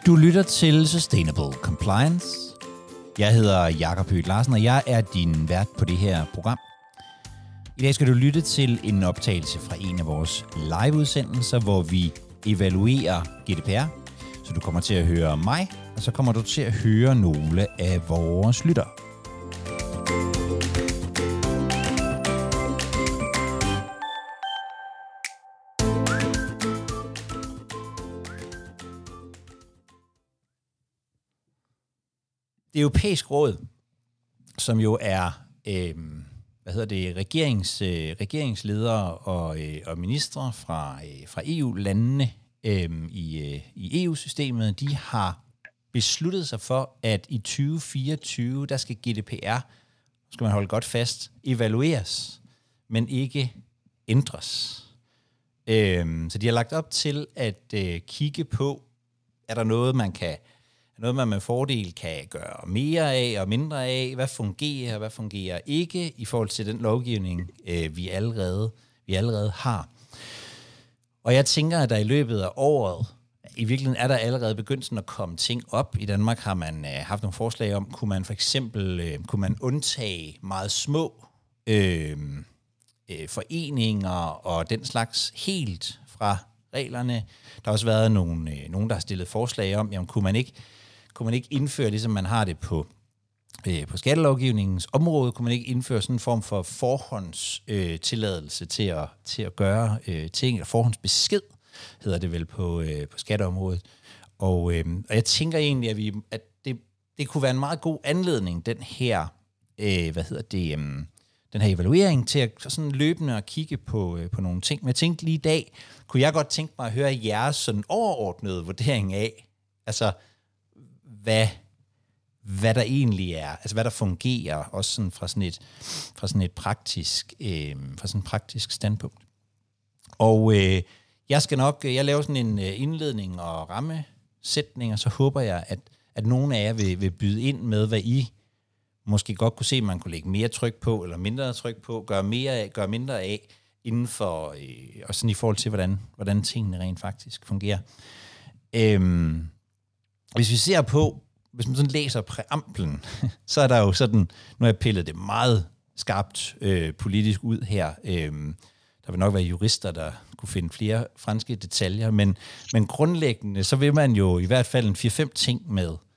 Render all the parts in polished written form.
Du lytter til Sustainable Compliance. Jeg hedder Jakob Høgh Larsen, og jeg er din vært på det her program. I dag skal du lytte til en optagelse fra en af vores liveudsendelser, hvor vi evaluerer GDPR. Så du kommer til at høre mig, og så kommer du til at høre nogle af vores lyttere. Det europæiske råd, som jo er regeringsledere og ministre fra EU-landene i EU-systemet, de har besluttet sig for, at i 2024, der skal GDPR, skal man holde godt fast, evalueres, men ikke ændres. Så de har lagt op til at kigge på, er der noget, man med fordel kan gøre mere af og mindre af, hvad fungerer ikke i forhold til den lovgivning, vi allerede har. Og jeg tænker, at der i løbet af året, i virkeligheden er der allerede begyndt at komme ting op. I Danmark har man haft nogle forslag om, kunne man for eksempel undtage meget små foreninger og den slags helt fra reglerne. Der har også været nogen, der har stillet forslag om, jamen kunne man ikke indføre, ligesom man har det på skattelovgivningens område, kunne man ikke indføre sådan en form for forhåndstilladelse til at gøre ting, eller forhåndsbesked, hedder det vel på skatteområdet. Og jeg tænker egentlig, at det kunne være en meget god anledning, den her, den her evaluering, til at sådan løbende at kigge på nogle ting. Men jeg tænkte lige i dag, kunne jeg godt tænke mig at høre jeres sådan overordnede vurdering af, altså hvad der egentlig er, altså hvad der fungerer, også sådan fra sådan et praktisk standpunkt. Og jeg laver sådan en indledning og rammesætning, og så håber jeg, at nogle af jer vil byde ind med, hvad I måske godt kunne se, man kunne lægge mere tryk på, eller mindre tryk på, gøre mindre af, inden for, og sådan i forhold til, hvordan tingene rent faktisk fungerer. Hvis vi ser på, hvis man sådan læser præamblen, så er der jo sådan, nu har jeg pillet det meget skarpt politisk ud her. Der vil nok være jurister, der kunne finde flere franske detaljer, men grundlæggende, så vil man jo i hvert fald en 4-5 ting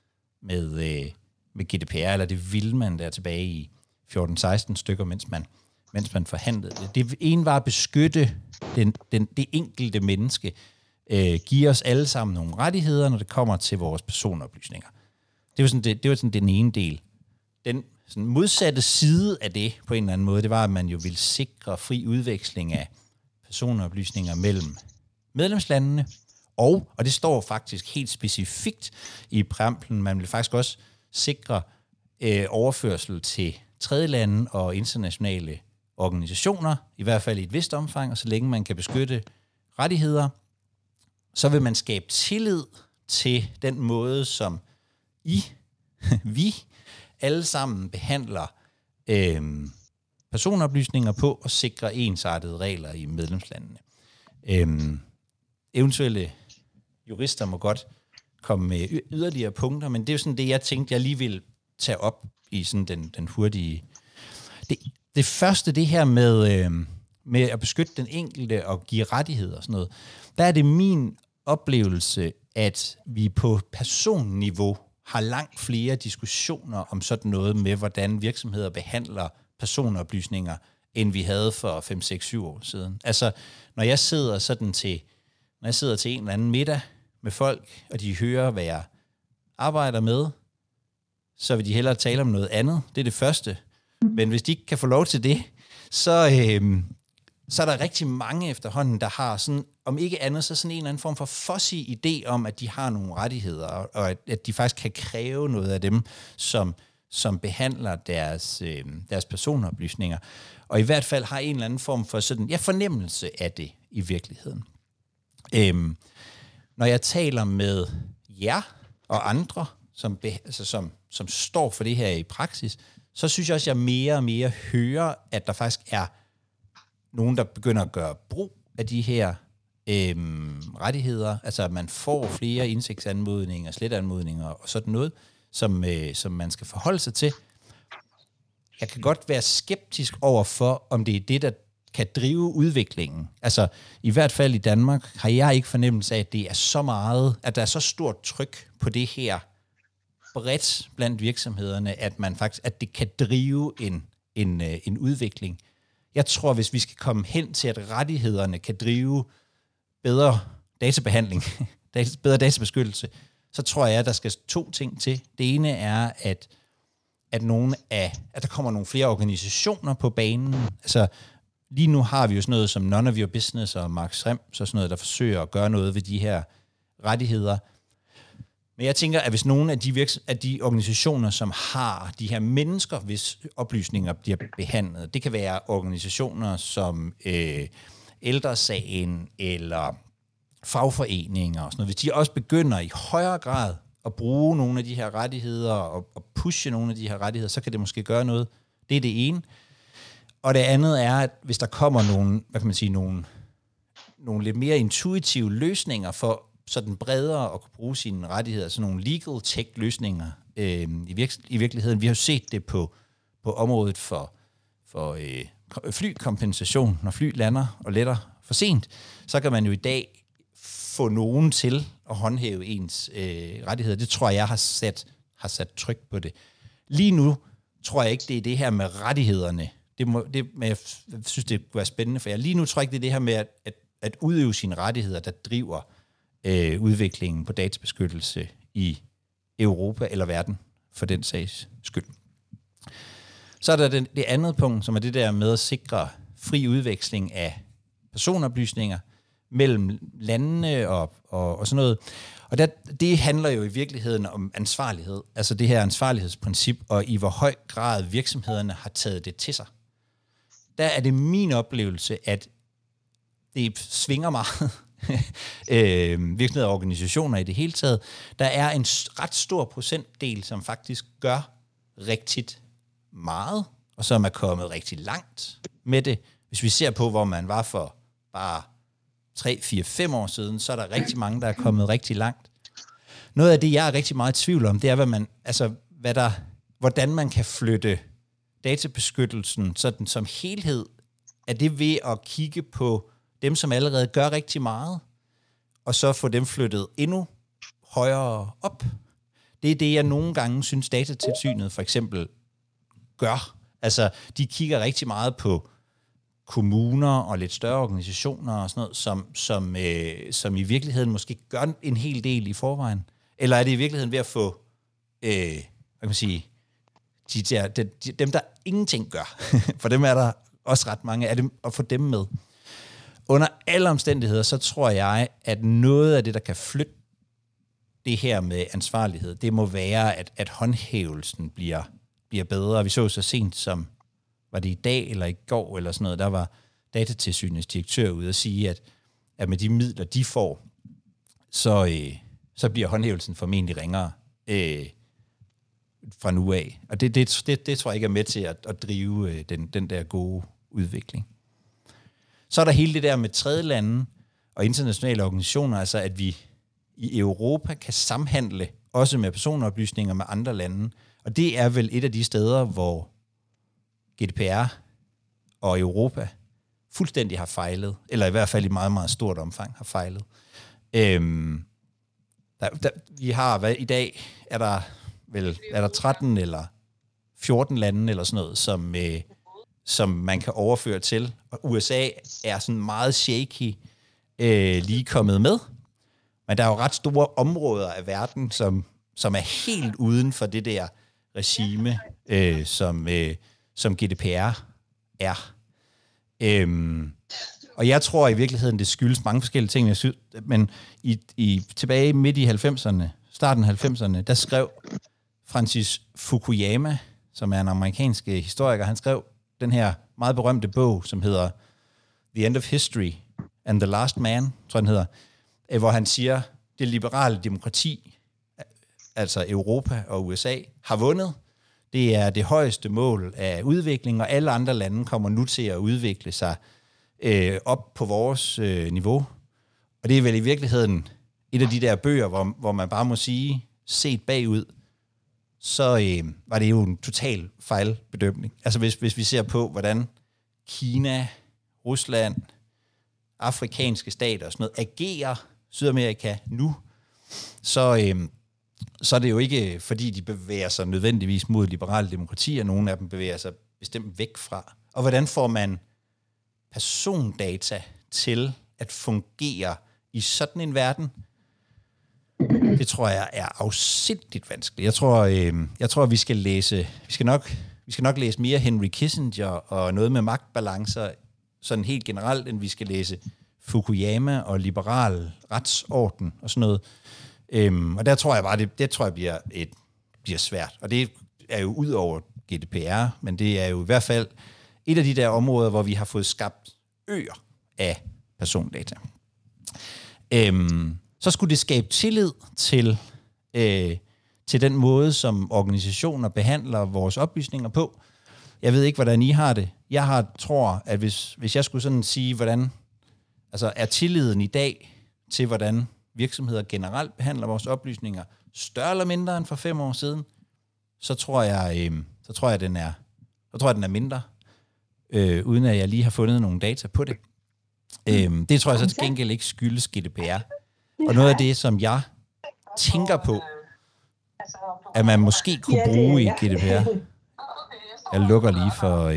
med GDPR, eller det ville man der tilbage i 14-16 stykker, mens man forhandlede det. Det ene var at beskytte det enkelte menneske, give os alle sammen nogle rettigheder, når det kommer til vores personoplysninger. Det var sådan den ene del. Den sådan modsatte side af det, på en eller anden måde, det var, at man jo ville sikre fri udveksling af personoplysninger mellem medlemslandene, og det står faktisk helt specifikt i præamblen, man vil faktisk også sikre overførsel til tredjelande og internationale organisationer, i hvert fald i et vist omfang, og så længe man kan beskytte rettigheder, så vil man skabe tillid til den måde, som vi alle sammen behandler personoplysninger på og sikrer ensartede regler i medlemslandene. Eventuelle jurister må godt komme med yderligere punkter, men det er jo sådan det, jeg tænkte, jeg lige vil tage op i sådan den hurtige. Det første, det her med at beskytte den enkelte og give rettigheder og sådan noget, der er det min oplevelse, at vi på personniveau har langt flere diskussioner om sådan noget med, hvordan virksomheder behandler personoplysninger, end vi havde for 5, 6, 7 år siden. Altså, når jeg sidder til en eller anden middag med folk, og de hører, hvad jeg arbejder med, så vil de hellere tale om noget andet. Det er det første. Men hvis de ikke kan få lov til det, så er der rigtig mange efterhånden, der har sådan, om ikke andet, så sådan en eller anden form for fuzzy idé om, at de har nogle rettigheder, og at de faktisk kan kræve noget af dem, som behandler deres personoplysninger. Og i hvert fald har en eller anden form for sådan, fornemmelse af det i virkeligheden. Når jeg taler med jer og andre, som står for det her i praksis, så synes jeg også, at jeg mere og mere hører, at der faktisk er nogen, der begynder at gøre brug af de her rettigheder, altså at man får flere indsigtsanmodninger, sletanmodninger og sådan noget, som man skal forholde sig til. Jeg kan godt være skeptisk over for, om det er det, der kan drive udviklingen. Altså, i hvert fald i Danmark har jeg ikke fornemmelse af, at det er så meget, at der er så stort tryk på det her bredt blandt virksomhederne, at det kan drive en udvikling. Jeg tror, hvis vi skal komme hen til, at rettighederne kan drive bedre databehandling, bedre databeskyttelse, så tror jeg, at der skal 2 ting til. Det ene er, at der kommer nogle flere organisationer på banen. Altså, lige nu har vi jo sådan noget som None of Your Business og Mark Schrems og sådan noget, der forsøger at gøre noget ved de her rettigheder. Men jeg tænker, at hvis nogle af de organisationer, som har de her mennesker, hvis oplysninger bliver behandlet, det kan være organisationer som Ældresagen eller fagforeninger og sådan noget, hvis de også begynder i højere grad at bruge nogle af de her rettigheder og pushe nogle af de her rettigheder, så kan det måske gøre noget. Det er det ene. Og det andet er, at hvis der kommer nogle lidt mere intuitive løsninger for sådan bredere at kunne bruge sine rettigheder, sådan nogle legal tech løsninger i virkeligheden. Vi har jo set det på området for flykompensation, når fly lander og letter for sent, så kan man jo i dag få nogen til at håndhæve ens rettigheder. Det tror jeg har sat tryk på det. Lige nu tror jeg ikke, det er det her med rettighederne. Men jeg synes, det kunne være spændende for jer. Lige nu tror jeg ikke, det er det her med at udøve sine rettigheder, der driver udviklingen på databeskyttelse i Europa eller verden, for den sags skyld. Så er der det andet punkt, som er det der med at sikre fri udveksling af personoplysninger mellem landene og sådan noget. Og det handler jo i virkeligheden om ansvarlighed, altså det her ansvarlighedsprincip, og i hvor høj grad virksomhederne har taget det til sig. Der er det min oplevelse, at det svinger meget. Virksomheder og organisationer i det hele taget. Der er en ret stor procentdel, som faktisk gør rigtigt meget, og som er kommet rigtig langt med det. Hvis vi ser på, hvor man var for bare 3, 4, 5 år siden, så er der rigtig mange, der er kommet rigtig langt. Noget af det, jeg er rigtig meget i tvivl om, det er, hvordan man kan flytte databeskyttelsen sådan som helhed. Er det ved at kigge på dem, som allerede gør rigtig meget, og så få dem flyttet endnu højere op? Det er det, jeg nogle gange synes, Datatilsynet for eksempel gør. Altså, de kigger rigtig meget på kommuner og lidt større organisationer og sådan noget, som i virkeligheden måske gør en hel del i forvejen. Eller er det i virkeligheden ved at få, dem, der ingenting gør, for dem er der også ret mange af dem, at få dem med. Under alle omstændigheder, så tror jeg, at noget af det, der kan flytte det her med ansvarlighed, det må være, at håndhævelsen bliver bedre. Vi så sent som, var det i dag eller i går eller sådan noget, der var Datatilsynets direktør ude at sige, at med de midler, de får, så bliver håndhævelsen formentlig ringere fra nu af. Og det tror jeg ikke er med til at drive den der gode udvikling. Så er der hele det der med tredjelande og internationale organisationer, altså at vi i Europa kan samhandle også med personoplysninger med andre lande. Og det er vel et af de steder, hvor GDPR og Europa fuldstændig har fejlet, eller i hvert fald i meget, meget stort omfang har fejlet. Vi har, i dag er der 13 eller 14 lande eller sådan noget, som man kan overføre til. Og USA er sådan meget shaky lige kommet med. Men der er jo ret store områder af verden, som er helt uden for det der regime, som GDPR er. Og jeg tror i virkeligheden, det skyldes mange forskellige ting. Men tilbage midt i 90'erne, starten af 90'erne, der skrev Francis Fukuyama, som er en amerikansk historiker, han skrev den her meget berømte bog, som hedder The End of History and the Last Man, tror jeg, den hedder, hvor han siger, det liberale demokrati, altså Europa og USA, har vundet. Det er det højeste mål af udvikling, og alle andre lande kommer nu til at udvikle sig op på vores niveau. Og det er vel i virkeligheden et af de der bøger, hvor man bare må sige, set bagud, så var det jo en total fejlbedømning. Altså hvis vi ser på, hvordan Kina, Rusland, afrikanske stater og sådan noget agerer Sydamerika nu, så er det jo ikke, fordi de bevæger sig nødvendigvis mod liberale demokratier. Nogle af dem bevæger sig bestemt væk fra. Og hvordan får man persondata til at fungere i sådan en verden? Det tror jeg er afsindigt vanskeligt. Jeg tror, vi skal nok læse mere Henry Kissinger og noget med magtbalancer, sådan helt generelt, end vi skal læse Fukuyama og liberal retsorden og sådan noget. Og der tror jeg bare, det tror jeg bliver svært. Og det er jo ud over GDPR, men det er jo i hvert fald et af de der områder, hvor vi har fået skabt øer af persondata. Så skulle det skabe tillid til den måde, som organisationer behandler vores oplysninger på. Jeg ved ikke, hvordan I har det. Jeg tror, at hvis jeg skulle sådan sige, hvordan altså er tilliden i dag til, hvordan virksomheder generelt behandler vores oplysninger, større eller mindre end for 5 år siden, så tror jeg, den er mindre, uden at jeg lige har fundet nogle data på det. Det tror jeg så til gengæld ikke skyldes GDPR. Og noget af det, som jeg tænker på, at man måske kunne bruge i GDPR. Jeg lukker lige for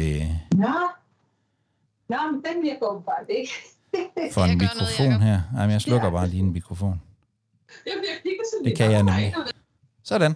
den virker åbenbart ikke. For en mikrofon her. Nej, men jeg slukker bare lige en mikrofon. Det kan jeg nemlig. Sådan.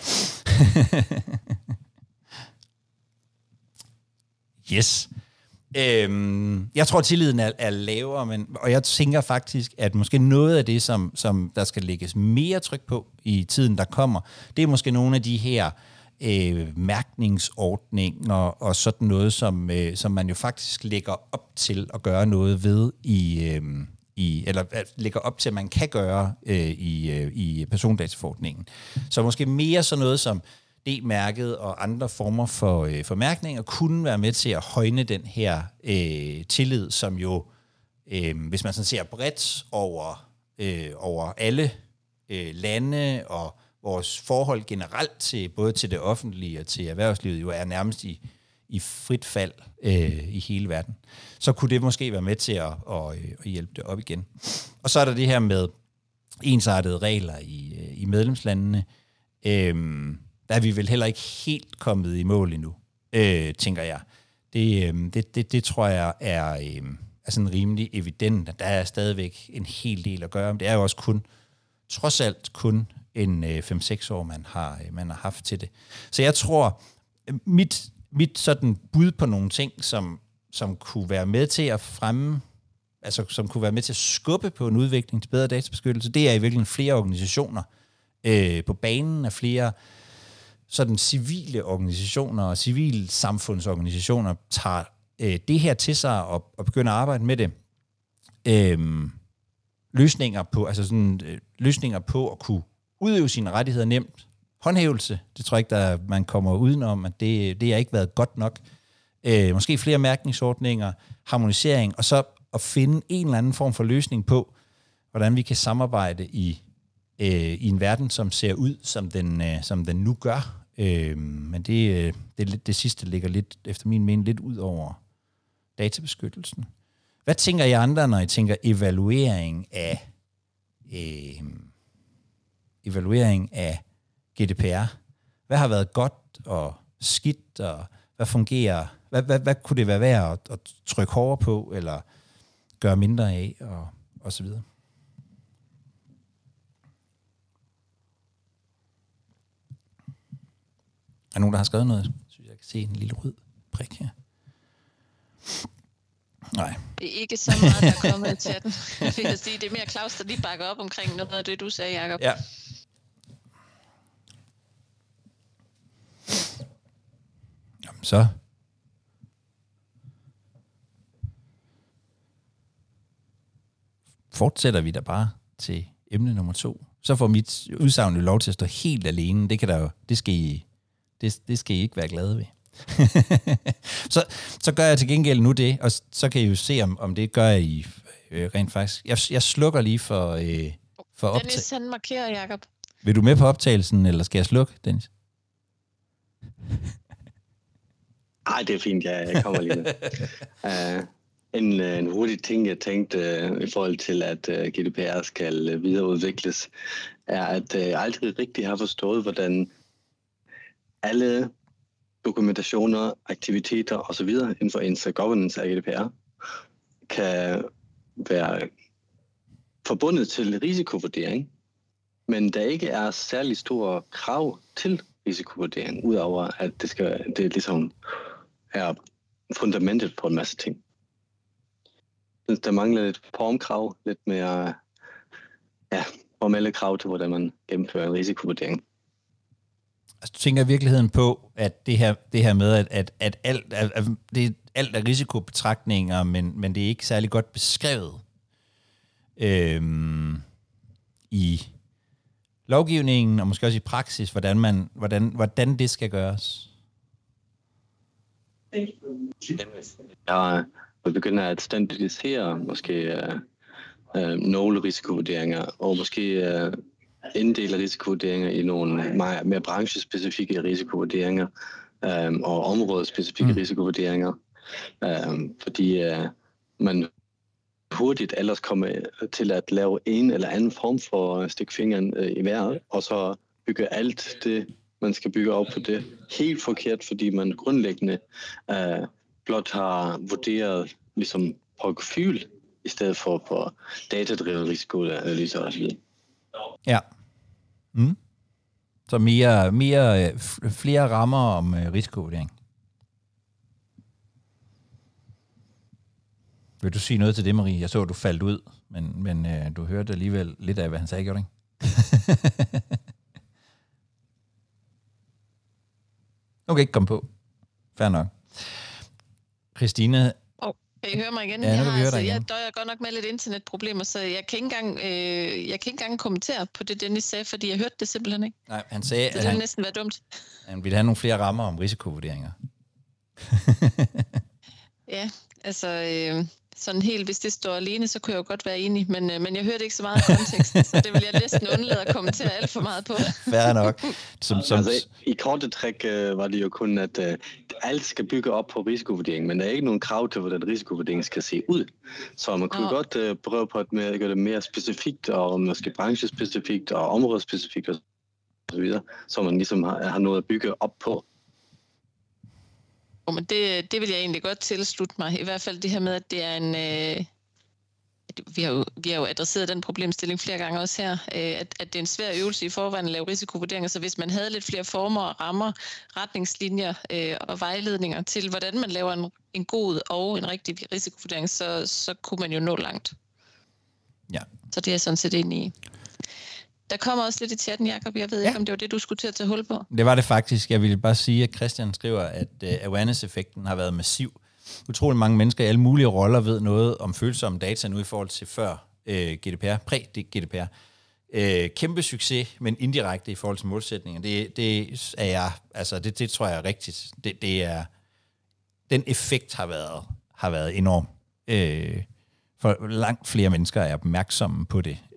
Yes. Jeg tror, tilliden er lavere, og jeg tænker faktisk, at måske noget af det, som der skal lægges mere tryk på i tiden, der kommer, det er måske nogle af de her mærkningsordninger og sådan noget, som man jo faktisk lægger op til at gøre noget ved eller lægger op til, at man kan gøre i persondataforordningen. Så måske mere sådan noget som D-mærket og andre former for mærkninger kunne være med til at højne den her tillid, som jo, hvis man sådan ser bredt over alle lande og vores forhold generelt til både til det offentlige og til erhvervslivet, jo er nærmest i frit fald i hele verden. Så kunne det måske være med til at hjælpe det op igen. Og så er der det her med ensartede regler i medlemslandene. Der er vi vel heller ikke helt kommet i mål endnu, tænker jeg. Det tror jeg er sådan rimelig evident, at der er stadigvæk en hel del at gøre. Men det er jo også trods alt kun en 5-6 år, man har haft til det. Så jeg tror, mit sådan bud på nogle ting, som kunne være med til at fremme, altså som kunne være med til at skubbe på en udvikling til bedre databeskyttelse, det er i virkeligheden flere organisationer på banen af flere sådan civile organisationer og civilsamfundsorganisationer tager det her til sig og begynder at arbejde med det. Løsninger på at kunne udøve sine rettigheder nemt. Håndhævelse, det tror jeg ikke, man kommer udenom, at det har ikke været godt nok. Måske flere mærkningsordninger, harmonisering, og så at finde en eller anden form for løsning på, hvordan vi kan samarbejde i en verden, som ser ud, som den nu gør. Men det sidste ligger lidt, efter min mening, lidt ud over databeskyttelsen. Hvad tænker I andre, når I tænker evaluering af GDPR? Hvad har været godt og skidt, og hvad fungerer? Hvad kunne det være værd at trykke hårdere på, eller gøre mindre af, og så videre? Er nogen, der har skrevet noget? Jeg synes, jeg kan se en lille rød prik her. Nej. Det er ikke så meget, der er kommet i chatten. Det er mere Claus, der lige bakker op omkring noget af det, du sagde, Jacob. Ja. Jamen, så fortsætter vi da bare til emne nummer 2. Så får mit udsagn jo lov til at stå helt alene. Det skal I ikke være glade ved. så gør jeg til gengæld nu det, og så kan I jo se, om det gør jeg rent faktisk. Jeg slukker lige for Dennis, han markerer, Jacob. Vil du med på optagelsen, eller skal jeg slukke, Dennis? Nej, det er fint, jeg kommer lige med. En hurtig ting, jeg tænkte i forhold til, at GDPR skal videreudvikles, er, at jeg aldrig rigtig har forstået, hvordan alle dokumentationer, aktiviteter osv. inden for governance af GDPR kan være forbundet til risikovurdering, men der ikke er særlig store krav til risikovurdering, udover at det ligesom er fundamentet på en masse ting. Der mangler lidt formkrav, lidt mere formelle krav til, hvordan man gennemfører en risikovurdering. Altså, du tænker i virkeligheden på, at det her med, at alt er risikobetragtninger, men det er ikke særlig godt beskrevet i lovgivningen, og måske også i praksis, hvordan det skal gøres. Ja, vi begynder at standardisere måske nogle risikovurderinger, og måske inddele risikovurderinger i nogle mere branchespecifikke risikovurderinger og områdespecifikke risikovurderinger, fordi man hurtigt ellers kommer til at lave en eller anden form for stikke fingeren i vejret, og så bygge alt det, man skal bygge op på det, helt forkert, fordi man grundlæggende blot har vurderet ligesom på gefyl, i stedet for på datadrevet risikoanalyser osv. Ja. Så flere rammer om risikovurdering. Vil du sige noget til det, Marie? Jeg så, at du faldt ud, men du hørte alligevel lidt af, hvad han sagde, gjorde du ikke? Du kan ikke komme på. Fair nok. Christine. Kan I høre mig igen? Ja, jeg døjer godt nok med lidt internetproblemer, så jeg kan ikke engang kommentere på det, Dennis sagde, fordi jeg hørte det simpelthen ikke. Nej, han sagde, det ville næsten være dumt. Han ville have nogle flere rammer om risikovurderinger. Ja, altså sådan helt, hvis det står alene, så kunne jeg jo godt være enig, men jeg hørte ikke så meget kontekst, så det vil jeg næsten undlade at kommentere alt for meget på. Fair nok. Altså, i korte træk var det jo kun, at alt skal bygge op på risikovurdering, men der er ikke nogen krav til, hvordan risikovurderingen skal se ud. Så man kunne godt prøve på at gøre det mere specifikt, og måske branchespecifikt, og områdespecifikt, og så videre, så man ligesom har noget at bygge op på. Men det vil jeg egentlig godt tilslutte mig. I hvert fald det her med, at det er en... Vi har jo adresseret den problemstilling flere gange også her, at det er en svær øvelse i forvejen at lave risikovurderinger, så hvis man havde lidt flere former og rammer, retningslinjer og vejledninger til, hvordan man laver en god og en rigtig risikovurdering, så kunne man jo nå langt. Ja. Så det er sådan set enig i. Der kommer også lidt i chatten, Jacob. Jeg ved ikke, om det var det, du skulle til at tage hul på. Det var det faktisk. Jeg ville bare sige, at Christian skriver, at awareness-effekten har været massiv. Utrolig mange mennesker i alle mulige roller ved noget om følsomme data nu i forhold til før GDPR, præ-GDPR. Kæmpe succes, men indirekte i forhold til målsætninger. Det tror jeg er rigtigt. Det er, den effekt har været enorm. For langt flere mennesker er opmærksomme på det.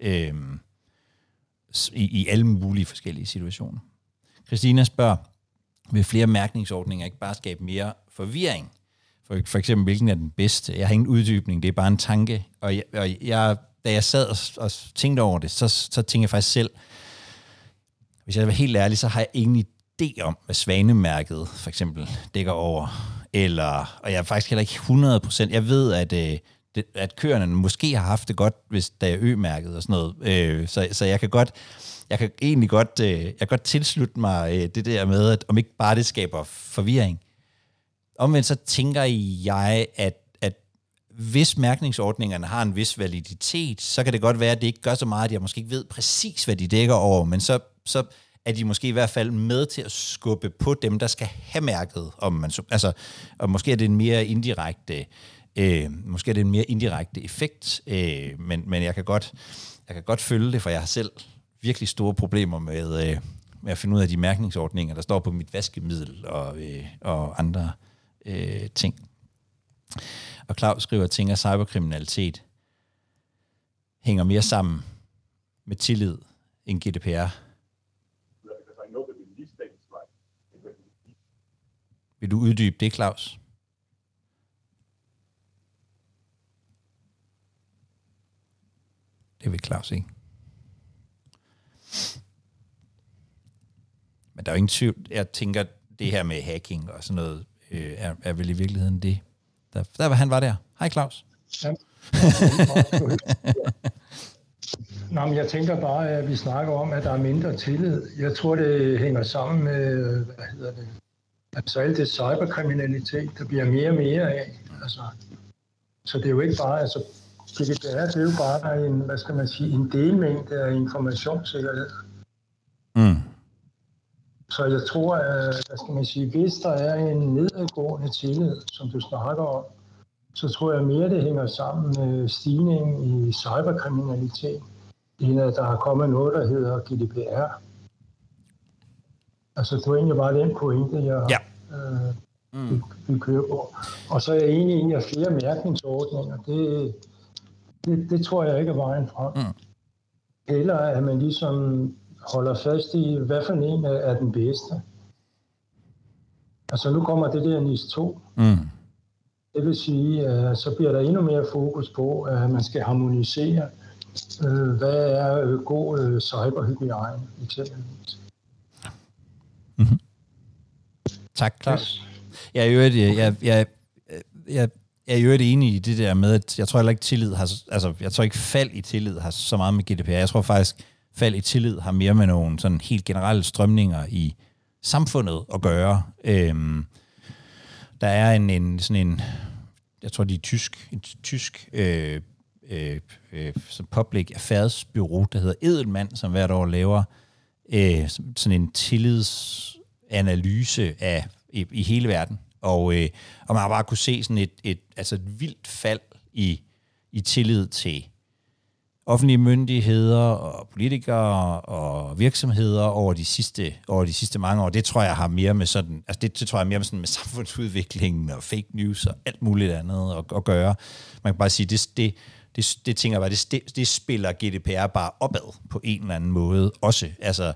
I alle mulige forskellige situationer. Christina spørger, vil flere mærkningsordninger ikke bare skabe mere forvirring? For eksempel, hvilken er den bedste? Jeg har ingen uddybning, det er bare en tanke. Og da jeg sad og tænkte over det, så tænkte jeg faktisk selv, hvis jeg var helt ærlig, så har jeg ingen idé om, hvad Svanemærket for eksempel dækker over. Og jeg er faktisk heller ikke 100%. Jeg ved, at køerne måske har haft det godt, hvis der er Ø-mærket og sådan noget. Så jeg kan godt tilslutte mig det der med, at om ikke bare det skaber forvirring. Omvendt så tænker jeg, at hvis mærkningsordningerne har en vis validitet, så kan det godt være, at det ikke gør så meget, at jeg måske ikke ved præcis, hvad de dækker over, men så er de måske i hvert fald med til at skubbe på dem, der skal have mærket. Og måske er det en mere indirekte effekt, men jeg kan godt følge det, for jeg har selv virkelig store problemer med at finde ud af de mærkningsordninger, der står på mit vaskemiddel og andre ting. Og Claus skriver, tænker cyberkriminalitet hænger mere sammen med tillid end GDPR. Vil du uddybe det, Claus? Det vil Claus ikke. Men der er jo ingen tvivl. Jeg tænker, det her med hacking og sådan noget, er vel i virkeligheden det. Der var han var der. Hej Claus. Ja. Nå, men jeg tænker bare, at vi snakker om, at der er mindre tillid. Jeg tror, det hænger sammen med, altså alt det cyberkriminalitet, der bliver mere og mere af. Altså, så det er jo ikke bare, altså GDPR, det er jo bare en, hvad skal man sige, en delmængde af informationssikkerhed. Mm. Så jeg tror, at, hvad skal man sige, hvis der er en nedadgående tillid, som du snakker om, så tror jeg mere, det hænger sammen med stigningen i cyberkriminalitet, end at der er kommet noget, der hedder GDPR. Altså, det var egentlig bare den pointe, jeg vil køre på. Og så er jeg enig i, at flere mærkningsordninger, det tror jeg ikke er vejen frem. Mm. Eller at man ligesom holder fast i, hvad for en er den bedste. Altså, nu kommer det der NIS 2. Mm. Det vil sige, at så bliver der endnu mere fokus på, at man skal harmonisere, hvad er god cyberhygiejne eksempelvis. Mm-hmm. Tak, Claus. Jeg er jo enig i det der med, at jeg tror heller ikke tillid har, altså jeg tror ikke fald i tillid har så meget med GDPR. Jeg tror faktisk, fald i tillid har mere med nogle sådan helt generelle strømninger i samfundet at gøre. Der er en jeg tror det er tysk public affairs bureau, der hedder Edelman, som hvert år laver sådan en tillidsanalyse af i hele verden, og man har bare kunne se sådan et vildt fald i tillid til offentlige myndigheder og politikere og virksomheder over de sidste mange år. Det tror jeg har mere med sådan, altså det tror jeg mere med sådan med samfundsudviklingen og fake news og alt muligt andet at gøre. Man kan bare sige, det tænker jeg bare, det spiller GDPR bare opad på en eller anden måde også. Altså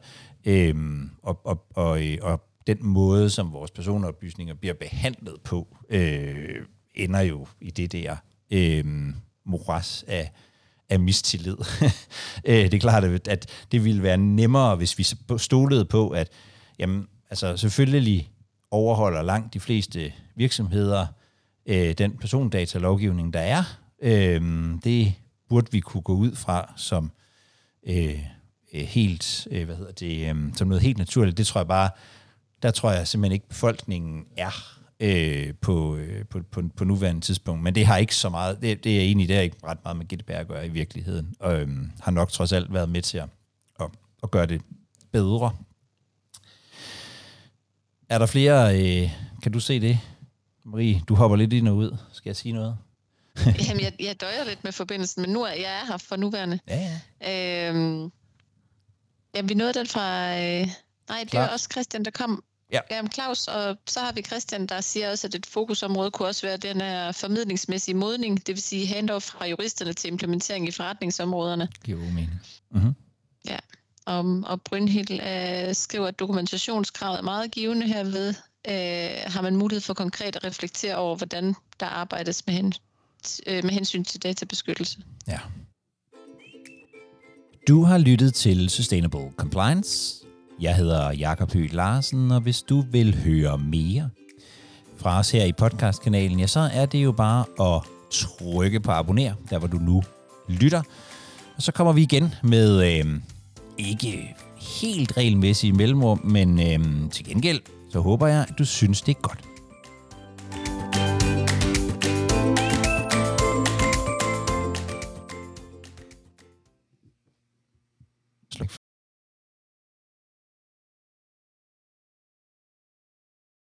og den måde, som vores personoplysninger bliver behandlet på, ender jo i det der moras af mistillid. Det er klart, at det ville være nemmere, hvis vi stolede på, at jamen, altså, selvfølgelig overholder langt de fleste virksomheder den persondatalovgivning, der er. Det burde vi kunne gå ud fra som helt, som noget helt naturligt. Det tror jeg bare, der tror jeg simpelthen ikke, befolkningen er på nuværende tidspunkt. Men det har ikke så meget, det er egentlig, det er ikke ret meget med GDPR at gøre i virkeligheden, og har nok trods alt været med til at gøre det bedre. Er der flere, kan du se det? Marie, du hopper lidt ind og ud. Skal jeg sige noget? Jamen, jeg døjer lidt med forbindelsen, men nu er jeg her for nuværende. Ja. Jamen, vi nåede den fra... nej, det er også Christian, der kom. Ja. Claus, og så har vi Christian, der siger også, at et fokusområde kunne også være den her formidlingsmæssige modning, det vil sige handoff fra juristerne til implementering i forretningsområderne. Det giver jo mening. Mm-hmm. Ja, og Brynhild skriver, at dokumentationskravet er meget givende herved. Har man mulighed for konkret at reflektere over, hvordan der arbejdes med hensyn til databeskyttelse. Ja. Du har lyttet til Sustainable Compliance. Jeg hedder Jakob Høgh Larsen, og hvis du vil høre mere fra os her i podcastkanalen, ja, så er det jo bare at trykke på abonner, der hvor du nu lytter. Og så kommer vi igen med ikke helt regelmæssige mellemrum, men til gengæld, så håber jeg, at du synes, det er godt.